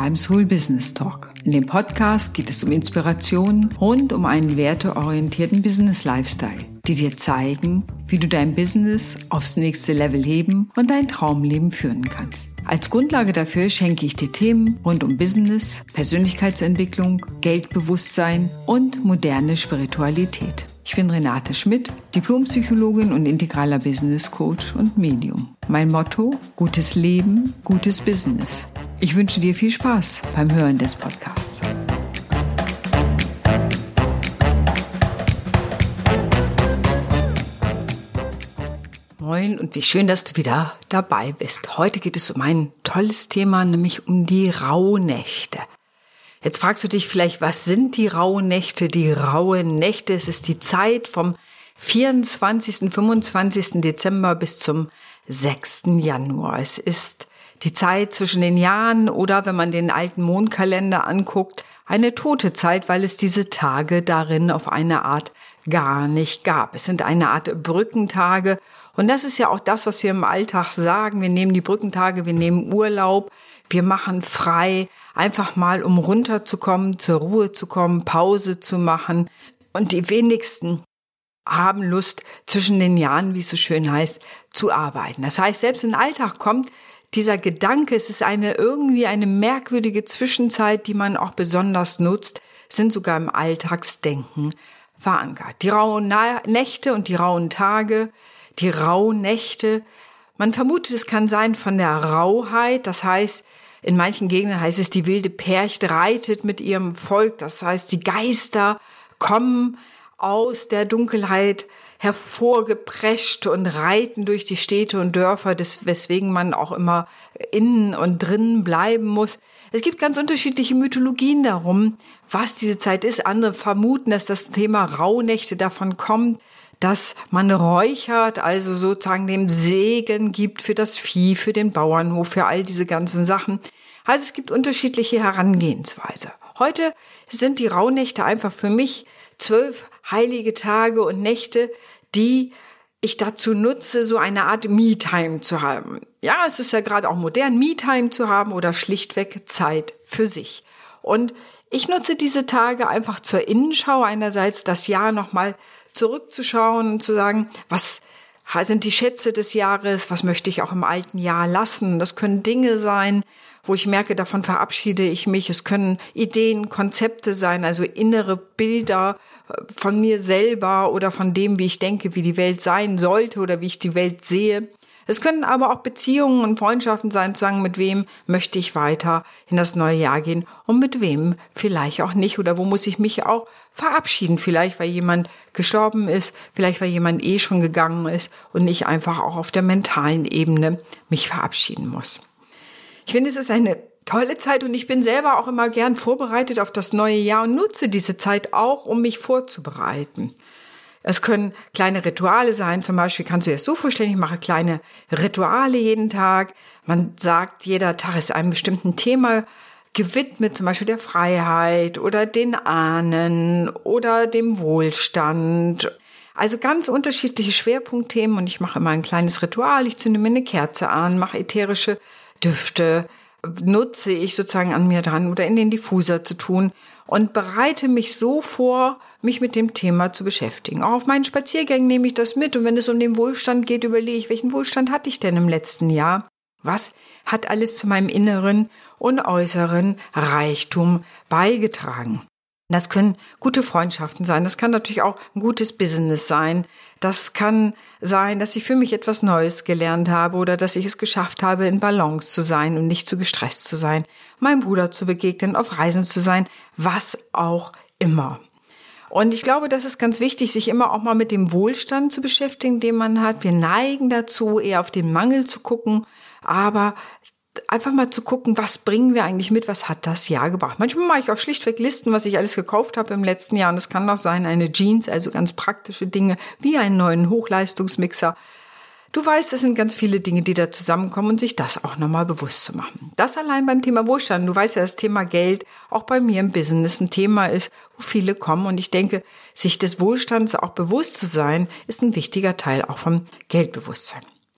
beim Soul Business Talk. In dem Podcast geht es um Inspiration rund um einen werteorientierten Business Lifestyle, die dir zeigen, wie du dein Business aufs nächste Level heben und dein Traumleben führen kannst. Als Grundlage dafür schenke ich dir Themen rund um Business, Persönlichkeitsentwicklung, Geldbewusstsein und moderne Spiritualität. Ich bin Renate Schmidt, Diplompsychologin und integraler Business Coach und Medium. Mein Motto: gutes Leben, gutes Business. Ich wünsche dir viel Spaß beim Hören des Podcasts. Moin und wie schön, dass du wieder dabei bist. Heute geht es um ein tolles Thema, nämlich um die Rauhnächte. Jetzt fragst du dich vielleicht, was sind die Rauhnächte? Die Rauhnächte, es ist die Zeit vom 24., 25. Dezember bis zum 6. Januar. Es ist die Zeit zwischen den Jahren oder, wenn man den alten Mondkalender anguckt, eine tote Zeit, weil es diese Tage darin auf eine Art gar nicht gab. Es sind eine Art Brückentage und das ist ja auch das, was wir im Alltag sagen. Wir nehmen die Brückentage, wir nehmen Urlaub, wir machen frei, einfach mal um runterzukommen, zur Ruhe zu kommen, Pause zu machen. Und die wenigsten haben Lust, zwischen den Jahren, wie es so schön heißt, zu arbeiten. Das heißt, selbst im Alltag kommt dieser Gedanke, es ist irgendwie eine merkwürdige Zwischenzeit, die man auch besonders nutzt, sind sogar im Alltagsdenken verankert. Die rauen Nächte und die rauen Tage, die Rauhnächte. Man vermutet, es kann sein von der Rauheit, das heißt, in manchen Gegenden heißt es, die wilde Percht reitet mit ihrem Volk, das heißt, die Geister kommen aus der Dunkelheit hervorgeprescht und reiten durch die Städte und Dörfer, weswegen man auch immer innen und drinnen bleiben muss. Es gibt ganz unterschiedliche Mythologien darum, was diese Zeit ist. Andere vermuten, dass das Thema Rauhnächte davon kommt, dass man räuchert, also sozusagen dem Segen gibt für das Vieh, für den Bauernhof, für all diese ganzen Sachen. Also es gibt unterschiedliche Herangehensweise. Heute sind die Rauhnächte einfach für mich 12 heilige Tage und Nächte, die ich dazu nutze, so eine Art Me-Time zu haben. Ja, es ist ja gerade auch modern, Me-Time zu haben oder schlichtweg Zeit für sich. Und ich nutze diese Tage einfach zur Innenschau, einerseits das Jahr nochmal zurückzuschauen und zu sagen, was sind die Schätze des Jahres, was möchte ich auch im alten Jahr lassen. Das können Dinge sein, wo ich merke, davon verabschiede ich mich. Es können Ideen, Konzepte sein, also innere Bilder von mir selber oder von dem, wie ich denke, wie die Welt sein sollte oder wie ich die Welt sehe. Es können aber auch Beziehungen und Freundschaften sein, zu sagen, mit wem möchte ich weiter in das neue Jahr gehen und mit wem vielleicht auch nicht oder wo muss ich mich auch verabschieden. Vielleicht, weil jemand gestorben ist, vielleicht, weil jemand schon gegangen ist und ich einfach auch auf der mentalen Ebene mich verabschieden muss. Ich finde, es ist eine tolle Zeit und ich bin selber auch immer gern vorbereitet auf das neue Jahr und nutze diese Zeit auch, um mich vorzubereiten. Es können kleine Rituale sein, zum Beispiel kannst du dir das so vorstellen, ich mache kleine Rituale jeden Tag. Man sagt, jeder Tag ist einem bestimmten Thema gewidmet, zum Beispiel der Freiheit oder den Ahnen oder dem Wohlstand. Also ganz unterschiedliche Schwerpunktthemen und ich mache immer ein kleines Ritual. Ich zünde mir eine Kerze an, mache ätherische Düfte, nutze ich sozusagen an mir dran oder in den Diffuser zu tun und bereite mich so vor, mich mit dem Thema zu beschäftigen. Auch auf meinen Spaziergängen nehme ich das mit und wenn es um den Wohlstand geht, überlege ich, welchen Wohlstand hatte ich denn im letzten Jahr? Was hat alles zu meinem inneren und äußeren Reichtum beigetragen? Das können gute Freundschaften sein, das kann natürlich auch ein gutes Business sein, das kann sein, dass ich für mich etwas Neues gelernt habe oder dass ich es geschafft habe, in Balance zu sein und nicht zu gestresst zu sein, meinem Bruder zu begegnen, auf Reisen zu sein, was auch immer. Und ich glaube, das ist ganz wichtig, sich immer auch mal mit dem Wohlstand zu beschäftigen, den man hat. Wir neigen dazu, eher auf den Mangel zu gucken, aber einfach mal zu gucken, was bringen wir eigentlich mit, was hat das Jahr gebracht. Manchmal mache ich auch schlichtweg Listen, was ich alles gekauft habe im letzten Jahr und es kann auch sein, eine Jeans, also ganz praktische Dinge, wie einen neuen Hochleistungsmixer. Du weißt, es sind ganz viele Dinge, die da zusammenkommen und sich das auch nochmal bewusst zu machen. Das allein beim Thema Wohlstand. Du weißt ja, das Thema Geld auch bei mir im Business ein Thema ist, wo viele kommen und ich denke, sich des Wohlstands auch bewusst zu sein, ist ein wichtiger Teil auch vom Geldbewusstsein.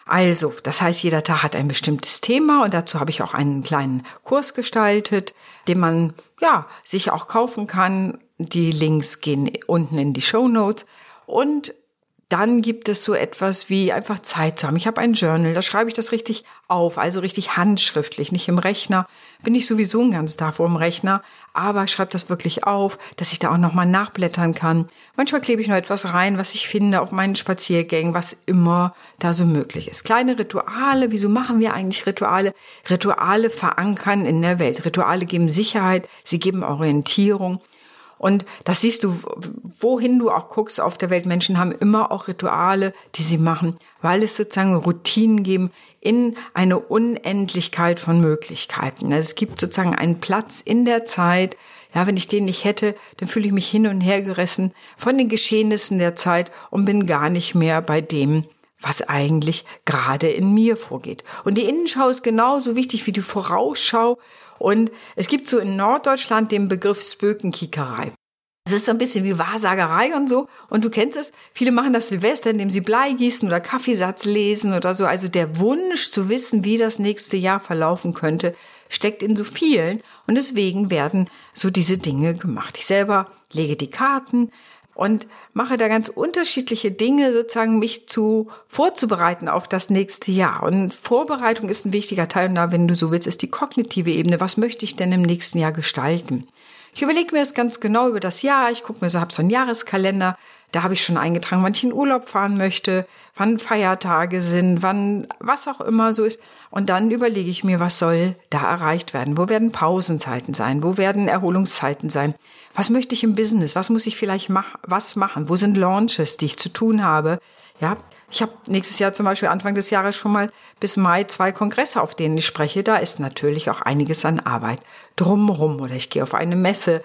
Also, das heißt, jeder Tag hat ein bestimmtes Thema und dazu habe ich auch einen kleinen Kurs gestaltet, den man sich auch kaufen kann. Die Links gehen unten in die Shownotes. Und dann gibt es so etwas wie einfach Zeit zu haben. Ich habe ein Journal, da schreibe ich das richtig auf, also richtig handschriftlich, nicht im Rechner. Bin ich sowieso einen ganzen Tag vor dem Rechner, aber schreibe das wirklich auf, dass ich da auch nochmal nachblättern kann. Manchmal klebe ich noch etwas rein, was ich finde auf meinen Spaziergängen, was immer da so möglich ist. Kleine Rituale, wieso machen wir eigentlich Rituale? Rituale verankern in der Welt. Rituale geben Sicherheit, sie geben Orientierung. Und das siehst du, wohin du auch guckst auf der Welt. Menschen haben immer auch Rituale, die sie machen, weil es sozusagen Routinen geben in eine Unendlichkeit von Möglichkeiten. Also es gibt sozusagen einen Platz in der Zeit. Ja, wenn ich den nicht hätte, dann fühle ich mich hin und her gerissen von den Geschehnissen der Zeit und bin gar nicht mehr bei dem, was eigentlich gerade in mir vorgeht. Und die Innenschau ist genauso wichtig wie die Vorausschau. Und es gibt so in Norddeutschland den Begriff Spökenkickerei. Es ist so ein bisschen wie Wahrsagerei und so. Und du kennst es, viele machen das Silvester, indem sie Blei gießen oder Kaffeesatz lesen oder so. Also der Wunsch zu wissen, wie das nächste Jahr verlaufen könnte, steckt in so vielen. Und deswegen werden so diese Dinge gemacht. Ich selber lege die Karten und mache da ganz unterschiedliche Dinge, sozusagen mich vorzubereiten auf das nächste Jahr. Und Vorbereitung ist ein wichtiger Teil, und da, wenn du so willst, ist die kognitive Ebene. Was möchte ich denn im nächsten Jahr gestalten? Ich überlege mir das ganz genau über das Jahr. Ich gucke mir habe so einen Jahreskalender. Da habe ich schon eingetragen, wann ich in Urlaub fahren möchte, wann Feiertage sind, wann was auch immer so ist. Und dann überlege ich mir, was soll da erreicht werden? Wo werden Pausenzeiten sein? Wo werden Erholungszeiten sein? Was möchte ich im Business? Was muss ich vielleicht machen? Wo sind Launches, die ich zu tun habe? Ja, ich habe nächstes Jahr zum Beispiel Anfang des Jahres schon mal bis Mai 2 Kongresse, auf denen ich spreche. Da ist natürlich auch einiges an Arbeit drumherum. Oder ich gehe auf eine Messe.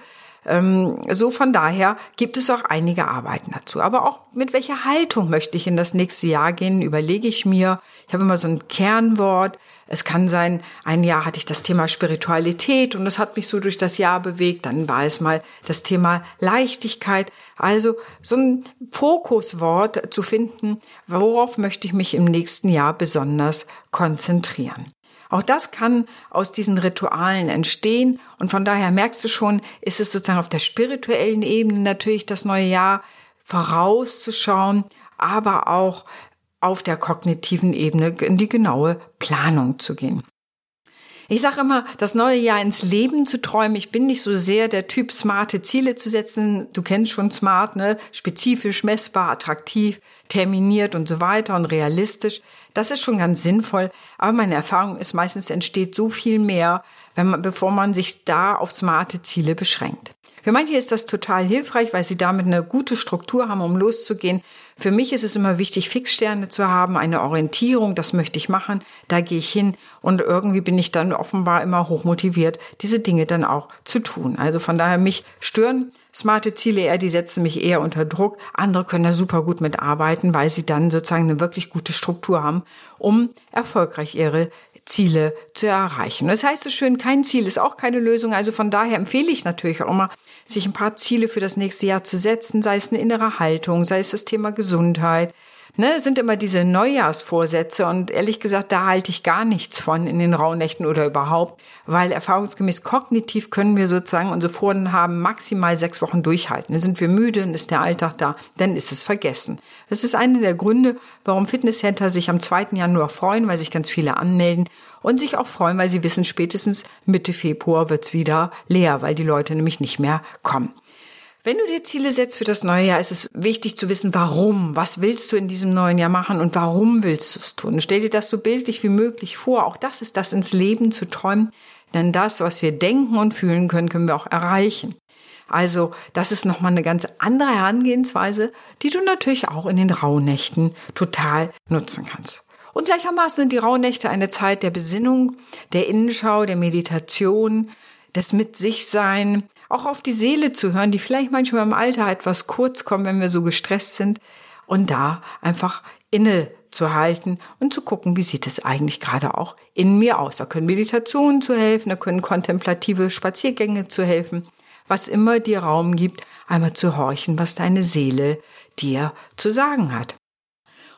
So von daher gibt es auch einige Arbeiten dazu. Aber auch mit welcher Haltung möchte ich in das nächste Jahr gehen, überlege ich mir. Ich habe immer so ein Kernwort. Es kann sein, ein Jahr hatte ich das Thema Spiritualität und das hat mich so durch das Jahr bewegt. Dann war es mal das Thema Leichtigkeit. Also so ein Fokuswort zu finden, worauf möchte ich mich im nächsten Jahr besonders konzentrieren. Auch das kann aus diesen Ritualen entstehen und von daher merkst du schon, ist es sozusagen auf der spirituellen Ebene natürlich das neue Jahr vorauszuschauen, aber auch auf der kognitiven Ebene in die genaue Planung zu gehen. Ich sage immer, das neue Jahr ins Leben zu träumen. Ich bin nicht so sehr der Typ, smarte Ziele zu setzen. Du kennst schon smart, ne? Spezifisch, messbar, attraktiv, terminiert und so weiter und realistisch. Das ist schon ganz sinnvoll. Aber meine Erfahrung ist, meistens entsteht so viel mehr, bevor man sich da auf smarte Ziele beschränkt. Für manche ist das total hilfreich, weil sie damit eine gute Struktur haben, um loszugehen. Für mich ist es immer wichtig, Fixsterne zu haben, eine Orientierung, das möchte ich machen, da gehe ich hin und irgendwie bin ich dann offenbar immer hochmotiviert, diese Dinge dann auch zu tun. Also von daher mich stören smarte Ziele eher, die setzen mich eher unter Druck. Andere können da super gut mitarbeiten, weil sie dann sozusagen eine wirklich gute Struktur haben, um erfolgreich ihre Ziele zu erreichen. Das heißt so schön, kein Ziel ist auch keine Lösung. Also von daher empfehle ich natürlich auch immer, sich ein paar Ziele für das nächste Jahr zu setzen, sei es eine innere Haltung, sei es das Thema Gesundheit. Es sind immer diese Neujahrsvorsätze und ehrlich gesagt, da halte ich gar nichts von in den Rauhnächten oder überhaupt, weil erfahrungsgemäß kognitiv können wir sozusagen unsere Vorhaben maximal 6 Wochen durchhalten. Dann sind wir müde, dann ist der Alltag da, dann ist es vergessen. Das ist einer der Gründe, warum Fitnesscenter sich am 2. Januar freuen, weil sich ganz viele anmelden und sich auch freuen, weil sie wissen, spätestens Mitte Februar wird's wieder leer, weil die Leute nämlich nicht mehr kommen. Wenn du dir Ziele setzt für das neue Jahr, ist es wichtig zu wissen, warum. Was willst du in diesem neuen Jahr machen und warum willst du es tun? Stell dir das so bildlich wie möglich vor. Auch das ist das, ins Leben zu träumen. Denn das, was wir denken und fühlen können, können wir auch erreichen. Also das ist nochmal eine ganz andere Herangehensweise, die du natürlich auch in den Rauhnächten total nutzen kannst. Und gleichermaßen sind die Rauhnächte eine Zeit der Besinnung, der Innenschau, der Meditation, des Mit-sich-Sein, auch auf die Seele zu hören, die vielleicht manchmal im Alter etwas kurz kommt, wenn wir so gestresst sind, und da einfach innezuhalten und zu gucken, wie sieht es eigentlich gerade auch in mir aus. Da können Meditationen zu helfen, da können kontemplative Spaziergänge zu helfen, was immer dir Raum gibt, einmal zu horchen, was deine Seele dir zu sagen hat.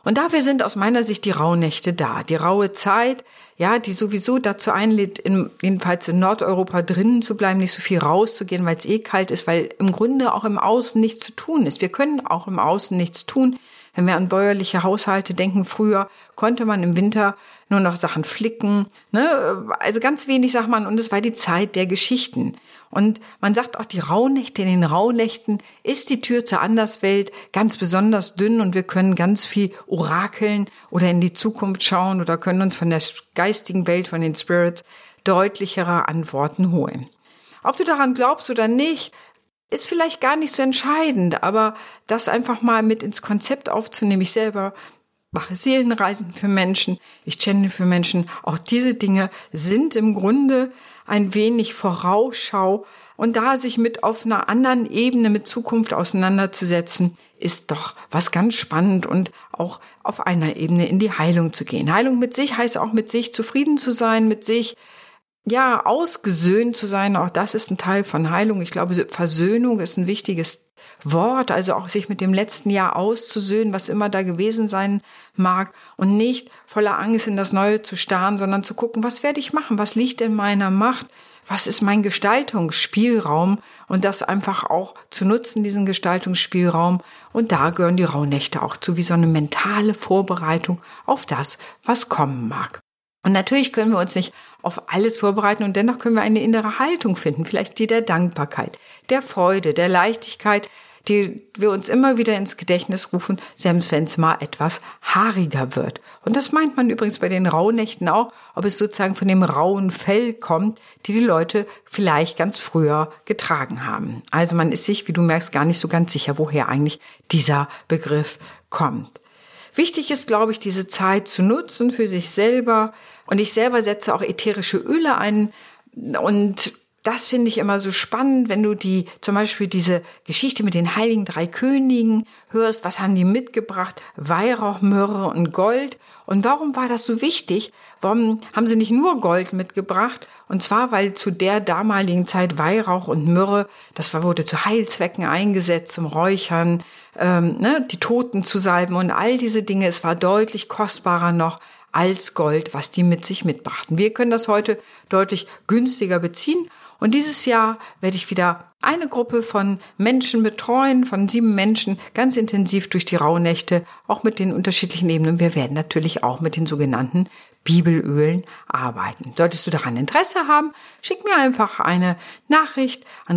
Und dafür sind aus meiner Sicht die Rauhnächte da. Die raue Zeit, ja, die sowieso dazu einlädt, jedenfalls in Nordeuropa drinnen zu bleiben, nicht so viel rauszugehen, weil es kalt ist, weil im Grunde auch im Außen nichts zu tun ist. Wir können auch im Außen nichts tun. Wenn wir an bäuerliche Haushalte denken, früher konnte man im Winter nur noch Sachen flicken, ne? Also ganz wenig, sagt man, und es war die Zeit der Geschichten. Und man sagt auch, die Rauhnächte, in den Rauhnächten ist die Tür zur Anderswelt ganz besonders dünn und wir können ganz viel orakeln oder in die Zukunft schauen oder können uns von der geistigen Welt, von den Spirits, deutlichere Antworten holen. Ob du daran glaubst oder nicht, ist vielleicht gar nicht so entscheidend, aber das einfach mal mit ins Konzept aufzunehmen. Ich selber mache Seelenreisen für Menschen, ich channel für Menschen. Auch diese Dinge sind im Grunde ein wenig Vorausschau. Und da sich mit auf einer anderen Ebene mit Zukunft auseinanderzusetzen, ist doch was ganz spannend und auch auf einer Ebene in die Heilung zu gehen. Heilung mit sich heißt auch mit sich zufrieden zu sein, mit sich ja, ausgesöhnt zu sein, auch das ist ein Teil von Heilung. Ich glaube, Versöhnung ist ein wichtiges Wort, also auch sich mit dem letzten Jahr auszusöhnen, was immer da gewesen sein mag und nicht voller Angst in das Neue zu starren, sondern zu gucken, was werde ich machen, was liegt in meiner Macht, was ist mein Gestaltungsspielraum und das einfach auch zu nutzen, diesen Gestaltungsspielraum. Und da gehören die Rauhnächte auch zu, wie so eine mentale Vorbereitung auf das, was kommen mag. Und natürlich können wir uns nicht auf alles vorbereiten und dennoch können wir eine innere Haltung finden, vielleicht die der Dankbarkeit, der Freude, der Leichtigkeit, die wir uns immer wieder ins Gedächtnis rufen, selbst wenn es mal etwas haariger wird. Und das meint man übrigens bei den Rauhnächten auch, ob es sozusagen von dem rauen Fell kommt, die Leute vielleicht ganz früher getragen haben. Also man ist sich, wie du merkst, gar nicht so ganz sicher, woher eigentlich dieser Begriff kommt. Wichtig ist, glaube ich, diese Zeit zu nutzen für sich selber. Und ich selber setze auch ätherische Öle ein. Und das finde ich immer so spannend, wenn du zum Beispiel diese Geschichte mit den heiligen 3 Königen hörst. Was haben die mitgebracht? Weihrauch, Myrrhe und Gold. Und warum war das so wichtig? Warum haben sie nicht nur Gold mitgebracht? Und zwar, weil zu der damaligen Zeit Weihrauch und Myrrhe, wurde zu Heilzwecken eingesetzt, zum Räuchern, die Toten zu salben und all diese Dinge. Es war deutlich kostbarer noch als Gold, was die mit sich mitbrachten. Wir können das heute deutlich günstiger beziehen. Und dieses Jahr werde ich wieder eine Gruppe von Menschen betreuen, von 7 Menschen, ganz intensiv durch die Rauhnächte, auch mit den unterschiedlichen Ebenen. Wir werden natürlich auch mit den sogenannten Bibelölen arbeiten. Solltest du daran Interesse haben, schick mir einfach eine Nachricht an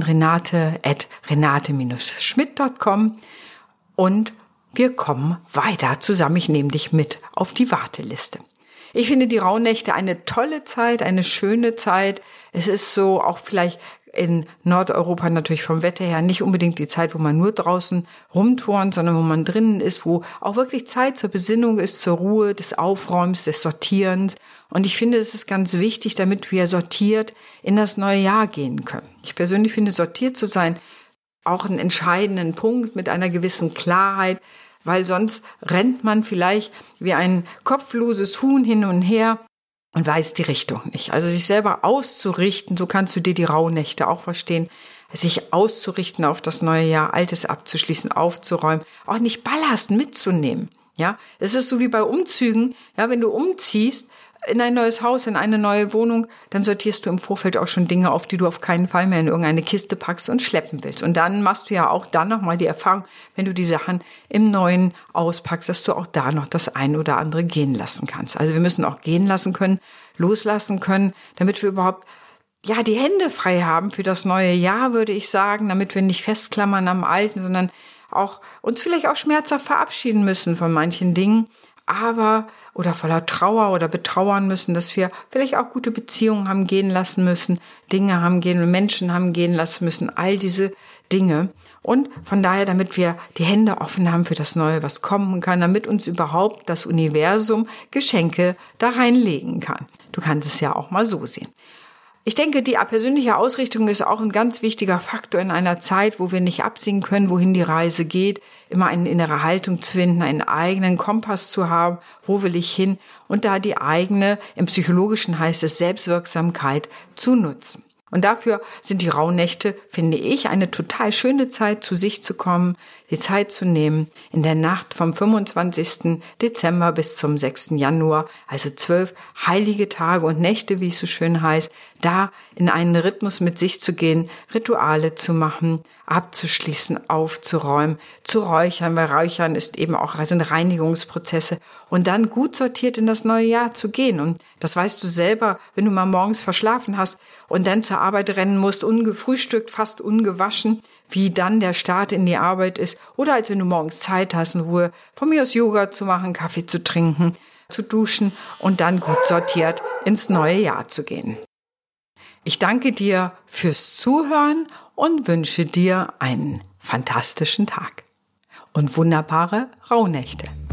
renate@renate-schmidt.com und wir kommen weiter zusammen. Ich nehme dich mit auf die Warteliste. Ich finde die Rauhnächte eine tolle Zeit, eine schöne Zeit. Es ist so auch vielleicht in Nordeuropa natürlich vom Wetter her nicht unbedingt die Zeit, wo man nur draußen rumturnt, sondern wo man drinnen ist, wo auch wirklich Zeit zur Besinnung ist, zur Ruhe, des Aufräumens, des Sortierens. Und ich finde, es ist ganz wichtig, damit wir sortiert in das neue Jahr gehen können. Ich persönlich finde, sortiert zu sein auch einen entscheidenden Punkt mit einer gewissen Klarheit, weil sonst rennt man vielleicht wie ein kopfloses Huhn hin und her und weiß die Richtung nicht. Also sich selber auszurichten, so kannst du dir die Rauhnächte auch verstehen, sich auszurichten auf das neue Jahr, Altes abzuschließen, aufzuräumen, auch nicht Ballast mitzunehmen. Ja, es ist so wie bei Umzügen. Ja, wenn du umziehst in ein neues Haus, in eine neue Wohnung, dann sortierst du im Vorfeld auch schon Dinge auf, die du auf keinen Fall mehr in irgendeine Kiste packst und schleppen willst. Und dann machst du ja auch dann nochmal die Erfahrung, wenn du die Sachen im Neuen auspackst, dass du auch da noch das eine oder andere gehen lassen kannst. Also wir müssen auch gehen lassen können, loslassen können, damit wir überhaupt die Hände frei haben für das neue Jahr, würde ich sagen, damit wir nicht festklammern am Alten, sondern auch uns vielleicht auch schmerzhaft verabschieden müssen von manchen Dingen, oder voller Trauer oder betrauern müssen, dass wir vielleicht auch gute Beziehungen haben gehen lassen müssen, Menschen haben gehen lassen müssen, all diese Dinge. Und von daher, damit wir die Hände offen haben für das Neue, was kommen kann, damit uns überhaupt das Universum Geschenke da reinlegen kann. Du kannst es ja auch mal so sehen. Ich denke, die persönliche Ausrichtung ist auch ein ganz wichtiger Faktor in einer Zeit, wo wir nicht absehen können, wohin die Reise geht, immer eine innere Haltung zu finden, einen eigenen Kompass zu haben, wo will ich hin und da die eigene, im Psychologischen heißt es Selbstwirksamkeit, zu nutzen. Und dafür sind die Rauhnächte, finde ich, eine total schöne Zeit, zu sich zu kommen, die Zeit zu nehmen, in der Nacht vom 25. Dezember bis zum 6. Januar, also 12 heilige Tage und Nächte, wie es so schön heißt, da in einen Rhythmus mit sich zu gehen, Rituale zu machen, abzuschließen, aufzuräumen, zu räuchern, weil Räuchern sind Reinigungsprozesse und dann gut sortiert in das neue Jahr zu gehen. Und das weißt du selber, wenn du mal morgens verschlafen hast und dann zur Arbeit rennen musst, ungefrühstückt, fast ungewaschen, wie dann der Start in die Arbeit ist. Oder als wenn du morgens Zeit hast, in Ruhe von mir aus Yoga zu machen, Kaffee zu trinken, zu duschen und dann gut sortiert ins neue Jahr zu gehen. Ich danke dir fürs Zuhören und wünsche dir einen fantastischen Tag und wunderbare Rauhnächte.